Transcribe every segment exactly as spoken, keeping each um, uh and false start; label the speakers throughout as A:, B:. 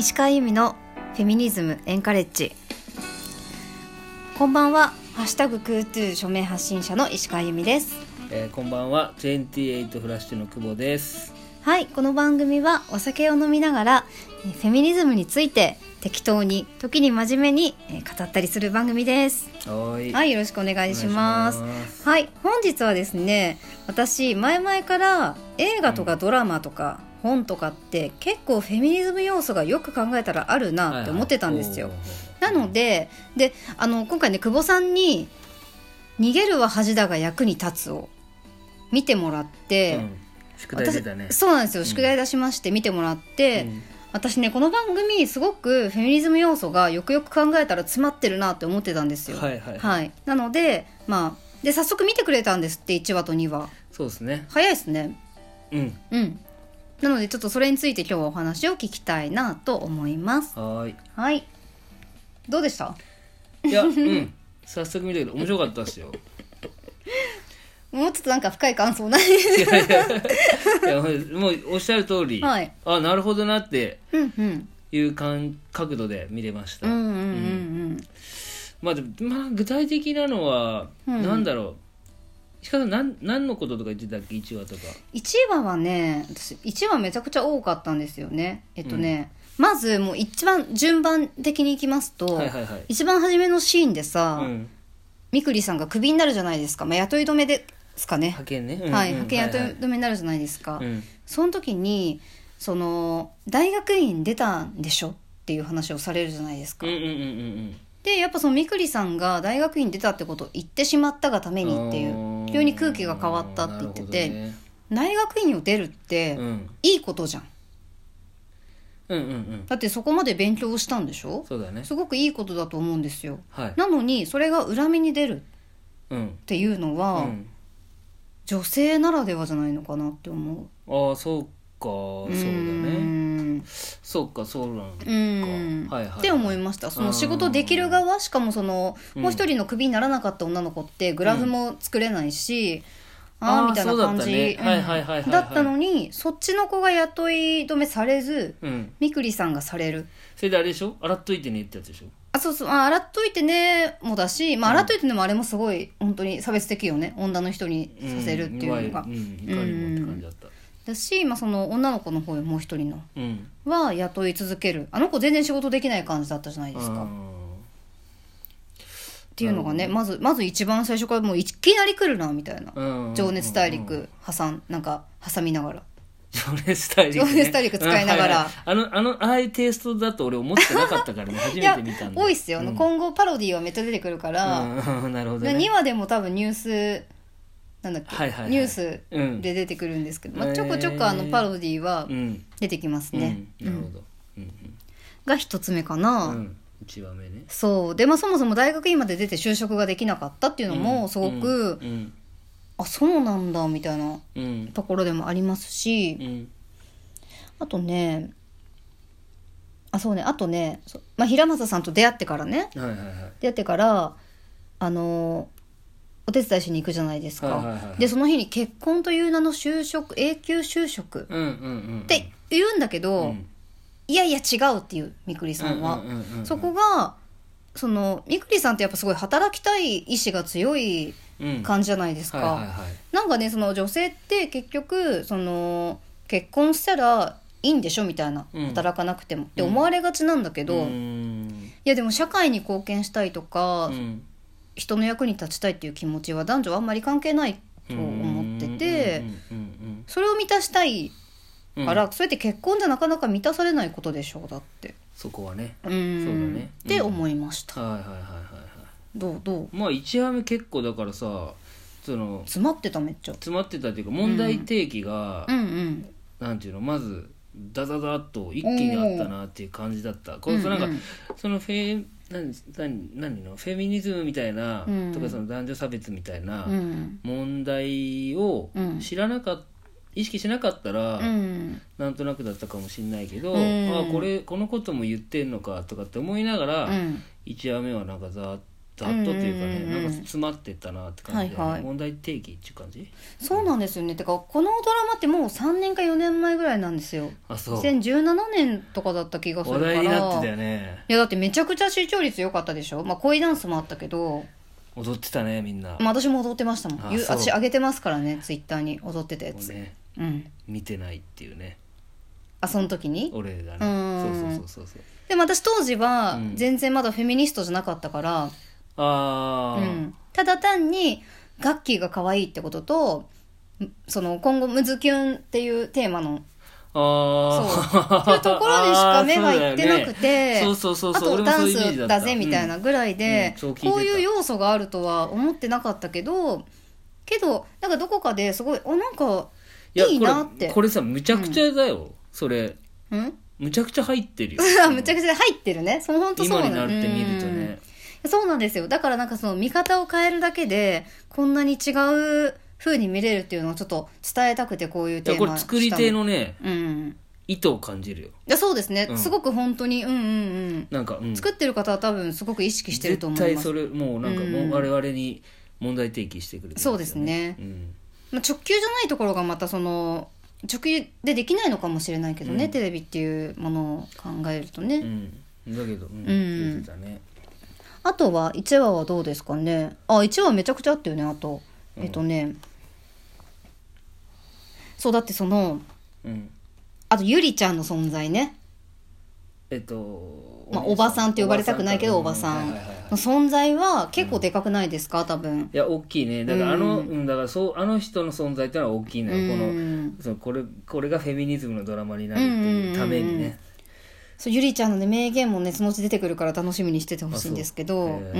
A: 石川由美のフェミニズムエンカレッジ。こんばんは。ハッシュタグクートゥー署名発信者の石川由美です。
B: えー、こんばんは。にじゅうはちフラッシュの久保です。
A: はい、この番組はお酒を飲みながらフェミニズムについて適当に時に真面目に語ったりする番組です。
B: はい、
A: はい、よろしくお願いします。
B: お願いします。
A: はい、本日はですね、私前々から映画とかドラマとか本とかって結構フェミニズム要素がよく考えたらあるなって思ってたんですよ。
B: はいはい、
A: なので、であの今回ね、久保さんに逃げるは恥だが役に立つを見てもらって、
B: うん、宿題出たね。
A: そうなんですよ、宿題出しまして見てもらって、うん、私ねこの番組すごくフェミニズム要素がよくよく考えたら詰まってるなって思ってたんですよ。
B: はいはい、
A: はい、なので、まあ、で早速見てくれたんですって。いちわとにわ。
B: そうですね、
A: 早いですね。
B: うん
A: うん。なのでちょっとそれについて今日はお話を聞きたいなと思います。
B: はい、
A: はい、どうでした？
B: いや、うん、早速見たけど面白かったですよ。
A: もうちょっとなんか深い感想ない？
B: いやいやいや、もうおっしゃる通り、
A: はい、
B: あ、なるほどなっていうかん、
A: うんうん、
B: 角度で見れました。
A: うんうんうんうん、
B: まあ、でまあ具体的なのは、うん、なんだろう。しかも何、何のこととか言ってたっけ、いちわとか。
A: いちわはね、私いちわめちゃくちゃ多かったんですよね。えっとね、うん、まずもう一番順番的にいきますと、はいはいはい、一番初めのシーンでさ、うん、みくりさんがクビになるじゃないですか。まあ、雇い止めですかね。
B: 派遣ね、うんうん、
A: はい、派遣雇い止めになるじゃないですか、はいはい、その時にその大学院出たんでしょっていう話をされるじゃないですか、
B: うんうんうんうん、
A: でやっぱそのみくりさんが大学院出たってことを言ってしまったがためにっていう急に空気が変わったって言ってて、ね、大学院を出るっていいことじゃん、
B: うんうんうん、
A: だってそこまで勉強したんでしょ。
B: そうだね、
A: すごくいいことだと思うんですよ、
B: はい、
A: なのにそれが裏目に出るっていうのは、うん、女性ならではじゃないのかなって思
B: う。ああ、そうか、そうだね、そうか、そうなんか、うん、はいはいはい、
A: って思いました。その仕事できる側、しかもそのもう一人のクビにならなかった女の子ってグラフも作れないし、うん、ああみたいな感じだったのに、そっちの子が雇い止めされず、うん、みくりさんがされる。
B: それであれでしょ、洗っといてねってやつでしょ。
A: あ、そうそう、あ、洗っといてねもだし、まあ、洗っといてねもあれもすごい本当に差別的よね、女の人にさせるっていうのが、
B: うんうん、怒りもって感じだった、うん
A: だし、まあ、その女の子の方もう一人の、うん、は雇い続ける。あの子全然仕事できない感じだったじゃないですかっていうのがね、まずまず一番最初からもういきなり来るなみたいな、情熱大陸挟んなんか挟みながら
B: 情熱大陸、ね、
A: 情熱大陸使いながら、はいはい、
B: あのあのああいうテイストだと俺思ってなかったからね初めて見たんで。
A: 多いっすよ、うん、今後パロディはめっちゃ出てくるから、
B: うん、なるほどね、
A: にわでも多分ニュースなんだっけ、
B: はいはいはい、
A: ニュースで出てくるんですけど、うん、まあ、ちょこちょこあのパロディは出てきますね、
B: うんうん、なるほど、
A: うんうん、が一つ目かな、うん、
B: いちわめね。
A: そうで、まあ、そもそも大学院まで出て就職ができなかったっていうのもすごく、うんうん、あ、そうなんだみたいなところでもありますし、うん、あとねあそうねあとね、まあ、平正さんと出会ってからね、
B: はいはいはい、
A: 出会ってからあのお手伝いしに行くじゃないですか、はいはいはい、でその日に結婚という名の就職永久就職って言うんだけど、うん、いやいや違うっていうみくりさんは、うんうんうんうん、そこがそのみくりさんってやっぱすごい働きたい意志が強い感じじゃないですか、うんはいはいはい、なんかねその女性って結局その結婚したらいいんでしょみたいな、うん、働かなくてもって思われがちなんだけど、うん、いやでも社会に貢献したいとか、うん人の役に立ちたいっていう気持ちは男女はあんまり関係ないと思ってて、それを満たしたいから、うん、それって結婚じゃなかなか満たされないことでしょう。だって
B: そこはね、
A: うん
B: そうだね
A: って思いました、
B: うん、はいはいはいはい、はい、
A: どうどう
B: まあいちわめ結構だからさその
A: 詰まってためっちゃ
B: 詰まってたっていうか問題提起が、
A: うんうんうん、
B: なんていうのまずダダダッと一気にあったなっていう感じだった。これなんか、うんうん、そのフェ何, 何, 何のフェミニズムみたいな、うん、とかその男女差別みたいな問題を知らなかった、意識しなかったら、うん、なんとなくだったかもしれないけど、うん、あこれこのことも言ってんのかとかって思いながら、うん、いちわめはなんかざーっざっとっていうかね、うんうんうん、なんか詰まってったなって感じで、ね、はいはい、問題提起っていう感じ。
A: そうなんですよね。てかこのドラマってもうさんねんかよねんまえぐらいなんですよ。
B: あ、そう、
A: にせんじゅうななねんとかだった気がするから。
B: 話題になってたよね。
A: いやだってめちゃくちゃ視聴率良かったでしょ。まあ恋ダンスもあったけど
B: 踊ってたねみんな。
A: まあ、私も踊ってましたもん。私上げてますからね、ツイッターに踊ってたやつ、
B: ね、
A: うん、
B: 見てないっていうね。
A: あ、その時に
B: 俺がね、うんそうそうそうそうそう。
A: でも私当時は全然まだフェミニストじゃなかったから、うん、
B: あ、
A: うん、ただ単にガッキーが可愛いってことと、その今後ムズキュンっていうテーマの
B: あ
A: そうそういうところにしか目がいってなくて、
B: そうそうそうそう、
A: あとダンスだぜみたいなぐらいで、うんうん、こういう要素があるとは思ってなかったけどけどなんかどこかですごいおなんかいいなって。
B: いやこれ、これさむちゃくちゃだよ、うん、それ
A: ん
B: むちゃくちゃ入ってるよ
A: むちゃくちゃ入ってるね。その本当そうな
B: 今になってみるとね、
A: うん、そうなんですよ。だからなんかその見方を変えるだけでこんなに違う風に見れるっていうのをちょっと伝えたくてこういうテーマ。
B: これ作り手のね、
A: うん、
B: 意図を感じるよ。
A: いやそうですね、
B: うん、
A: すごく本当にうんうんうん
B: なんか、うん、
A: 作ってる方は多分すごく意識してると思います。
B: 絶対それもうなんかもう我々に問題提起してくれてる、ね、
A: そうですね、うんまあ、直球じゃないところがまたその直球でできないのかもしれないけどね、うん、テレビっていうものを考えるとね、
B: うん、だけど、うん
A: うん、
B: 出てたね。
A: あとはいちわはどうですかね。あ、いちわめちゃくちゃあったよね。あと、うん、えっとねそうだってその、うん、あとゆりちゃんの存在ね。
B: えっと、
A: まあ、おばさんって呼ばれたくないけどおばさんの存在は結構でかくないですか、うん、多分。
B: いや大きいね。だからあの、うん、だからそうあの人の存在ってのは大きいのよ、うん、このそのこれこれがフェミニズムのドラマになるっていうためにね、うんうんうん、
A: そうゆりちゃんの、ね、名言もねそのうち出てくるから楽しみにしててほしいんですけど、う、うん、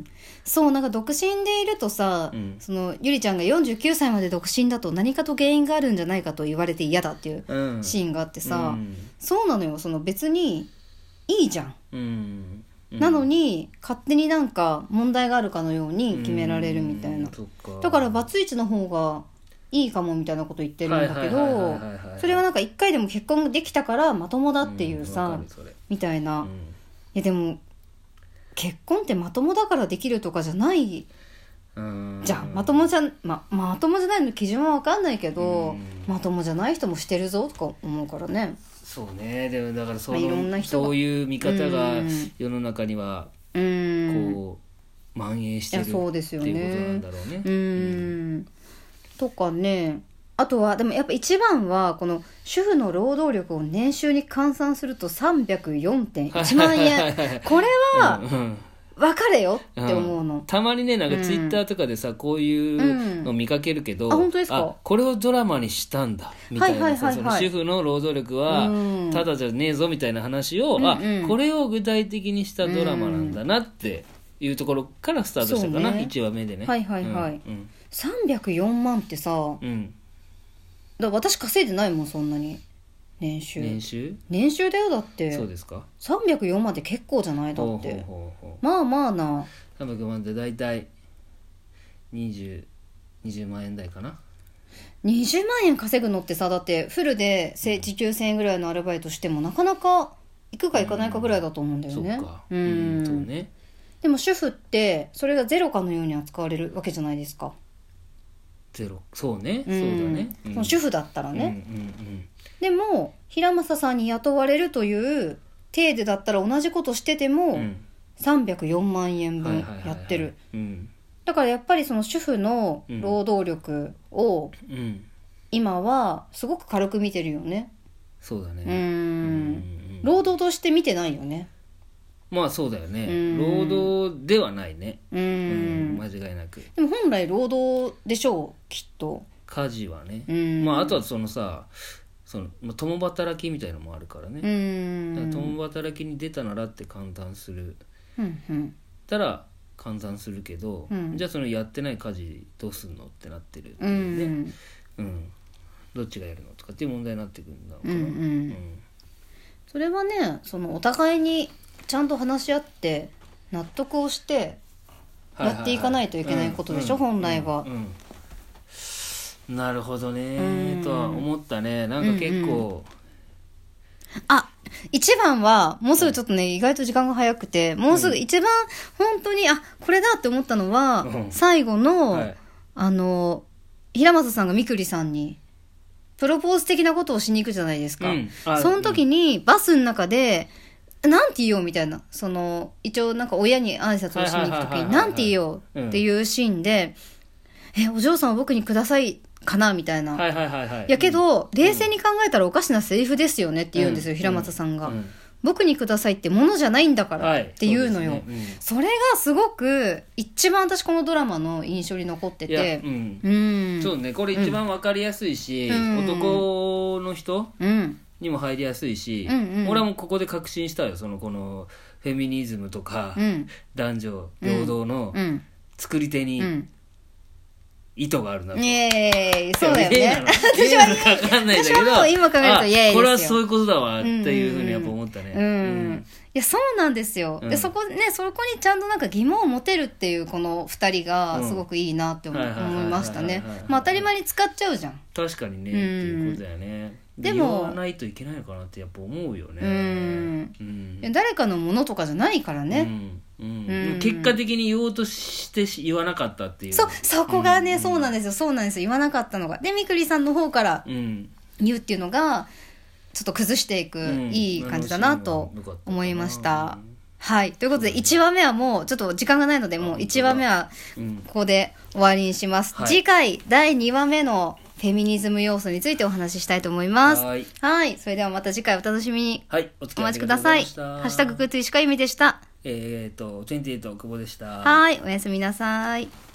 A: そうなんか独身でいるとさ、うん、そのゆりちゃんがよんじゅうきゅうさいまで独身だと何かと原因があるんじゃないかと言われて嫌だっていうシーンがあってさ、うん、そうなのよ。その別にいいじゃん、うんうん、なのに勝手になんか問題があるかのように決められるみたいな、うん、だからバツイチの方がいいかもみたいなこと言ってるんだけど、それはなんか一回でも結婚できたからまともだっていうさ、うん、みたいな、うん、いやでも結婚ってまともだからできるとかじゃないじゃん。まともじゃ、ま、まともじゃないの基準は分かんないけど、まともじゃない人もしてるぞとか思うからね。
B: そうね。でもだからその、まあ、いろんな人がそういう見方が世の中にはこう蔓延してるっていうことなんだろうね。
A: うん、うんとかね。あとはでもやっぱ一番はこの主婦の労働力を年収に換算すると さんびゃくよんてんいちまんえんこれは分かれよって思うの、
B: うん、たまにねなんかツイッターとかでさ、うん、こういうの見かけるけど、うん、
A: あ本当ですか。
B: あこれをドラマにしたんだみたいな、はいはいはいはい、その主婦の労働力はただじゃねえぞみたいな話を、うん、あこれを具体的にしたドラマなんだなっていうところからスタートしたかな、ね、いちわめでね。
A: はいはいはい、うんうん、さんびゃくよんまんってさ、うん、だ私稼いでないもんそんなに年収
B: 年収
A: 年収だよ。だって
B: そうですか。
A: さんびゃくよんまんって結構じゃない。だってほうほうほうほうまあまあな
B: さんびゃくまんってだいたいにじゅう、にじゅうまんえん台かな。
A: にじゅうまんえん稼ぐのってさだってフルで時給せんえんぐらいのアルバイトしてもなかなか行くか行かないかぐらいだと思うんだよね、
B: うん、そっかうん、そうね。
A: でも主婦ってそれがゼロかのように扱われるわけじゃないですか。
B: ゼロそうね、うん、そうだね、
A: うん、その主婦だったらね、
B: うんうんうん、
A: でも平正さんに雇われるという体でだったら同じことしてても、うん、さんびゃくよんまんえんぶんやってる、だからやっぱりその主婦の労働力を今はすごく軽く見てるよね。
B: そうだね。
A: うんうん労働として見てないよね。
B: まあそうだよね。労働ではないね。うんうん間違いなく。
A: でも本来労働でしょうきっと。
B: 家事はね。うんまああとはそのさその、まあ、共働きみたいのもあるからね。うんだから共働きに出たならって換算する。うんうん、たら換算するけど、うん、じゃあそのやってない家事どうすんのってなってるっていうね。うん、うん、どっちがやるのとかっていう問題になってくるんだろうかな。うんうんうん、
A: それはねそのお互いにちゃんと話し合って納得をしてやっていかないといけないことでしょ、本来は、うん
B: うん、なるほどねとは思ったね。なんか結構、
A: うんうん、あいちばんはもうすぐちょっとね、意外と時間が早くて、もうすぐ一番本当に、あ、これだって思ったのは、うん、最後の、はい、あの平正さんがみくりさんにプロポーズ的なことをしに行くじゃないですか、うん、その時にバスの中でなんて言おうみたいな、その一応なんか親に挨拶をしに行く時になんて言おうっていうシーンで、うん、えお嬢さんは僕にくださいかなみたいな、はいはいはいはい、やけど、うん、冷静に考えたらおかしなセリフですよねって言うんですよ、うん、平松さんが、うんうん、僕にくださいってものじゃないんだからって言うのよ、はい そ, ねうん、それがすごく一番私このドラマの印象に残ってて、うん
B: うん、そうね、これ一番わかりやすいし、うん、男の人、うんにも入りやすいし、うんうん、俺はもうここで確信したよ、そのこのフェミニズムとか、うん、男女平等の作り手に意図があるなと、うん、イエーイ、そうだよね私は分かんないんだけど、私はもう今考えるとイエーイですよ、これはそういうことだわっていうふうにやっぱ思ったね、うんうんうん
A: いやそうなんですよ、うん、でそこねそこにちゃんとなんか疑問を持てるっていうこのふたりがすごくいいなって思いましたね。まあ当たり前に使っちゃうじゃん、
B: 確かにね、うん、っていうことだよね。でも言わないといけないのかなってやっぱ思うよね、うん
A: うん、誰かのものとかじゃないからね、
B: うんうんうん、結果的に言おうとして言わなかったっていう、
A: そそこがね、うん、そうなんですよそうなんですよ言わなかったのがでみくりさんの方から言うっていうのがちょっと崩していく、うん、いい感じだなと思いました。はい。ということで、いちわめはもう、ちょっと時間がないので、もういちわめはここで終わりにします。うん、次回、だいにわめのフェミニズム要素についてお話ししたいと思います。はい。はい。それではまた次回お楽しみに。はい。お付き合いお待ちください。ハッシュタグくついしかゆみでした。
B: えーと、にじゅうはち久保でした。
A: はい。おやすみなさい。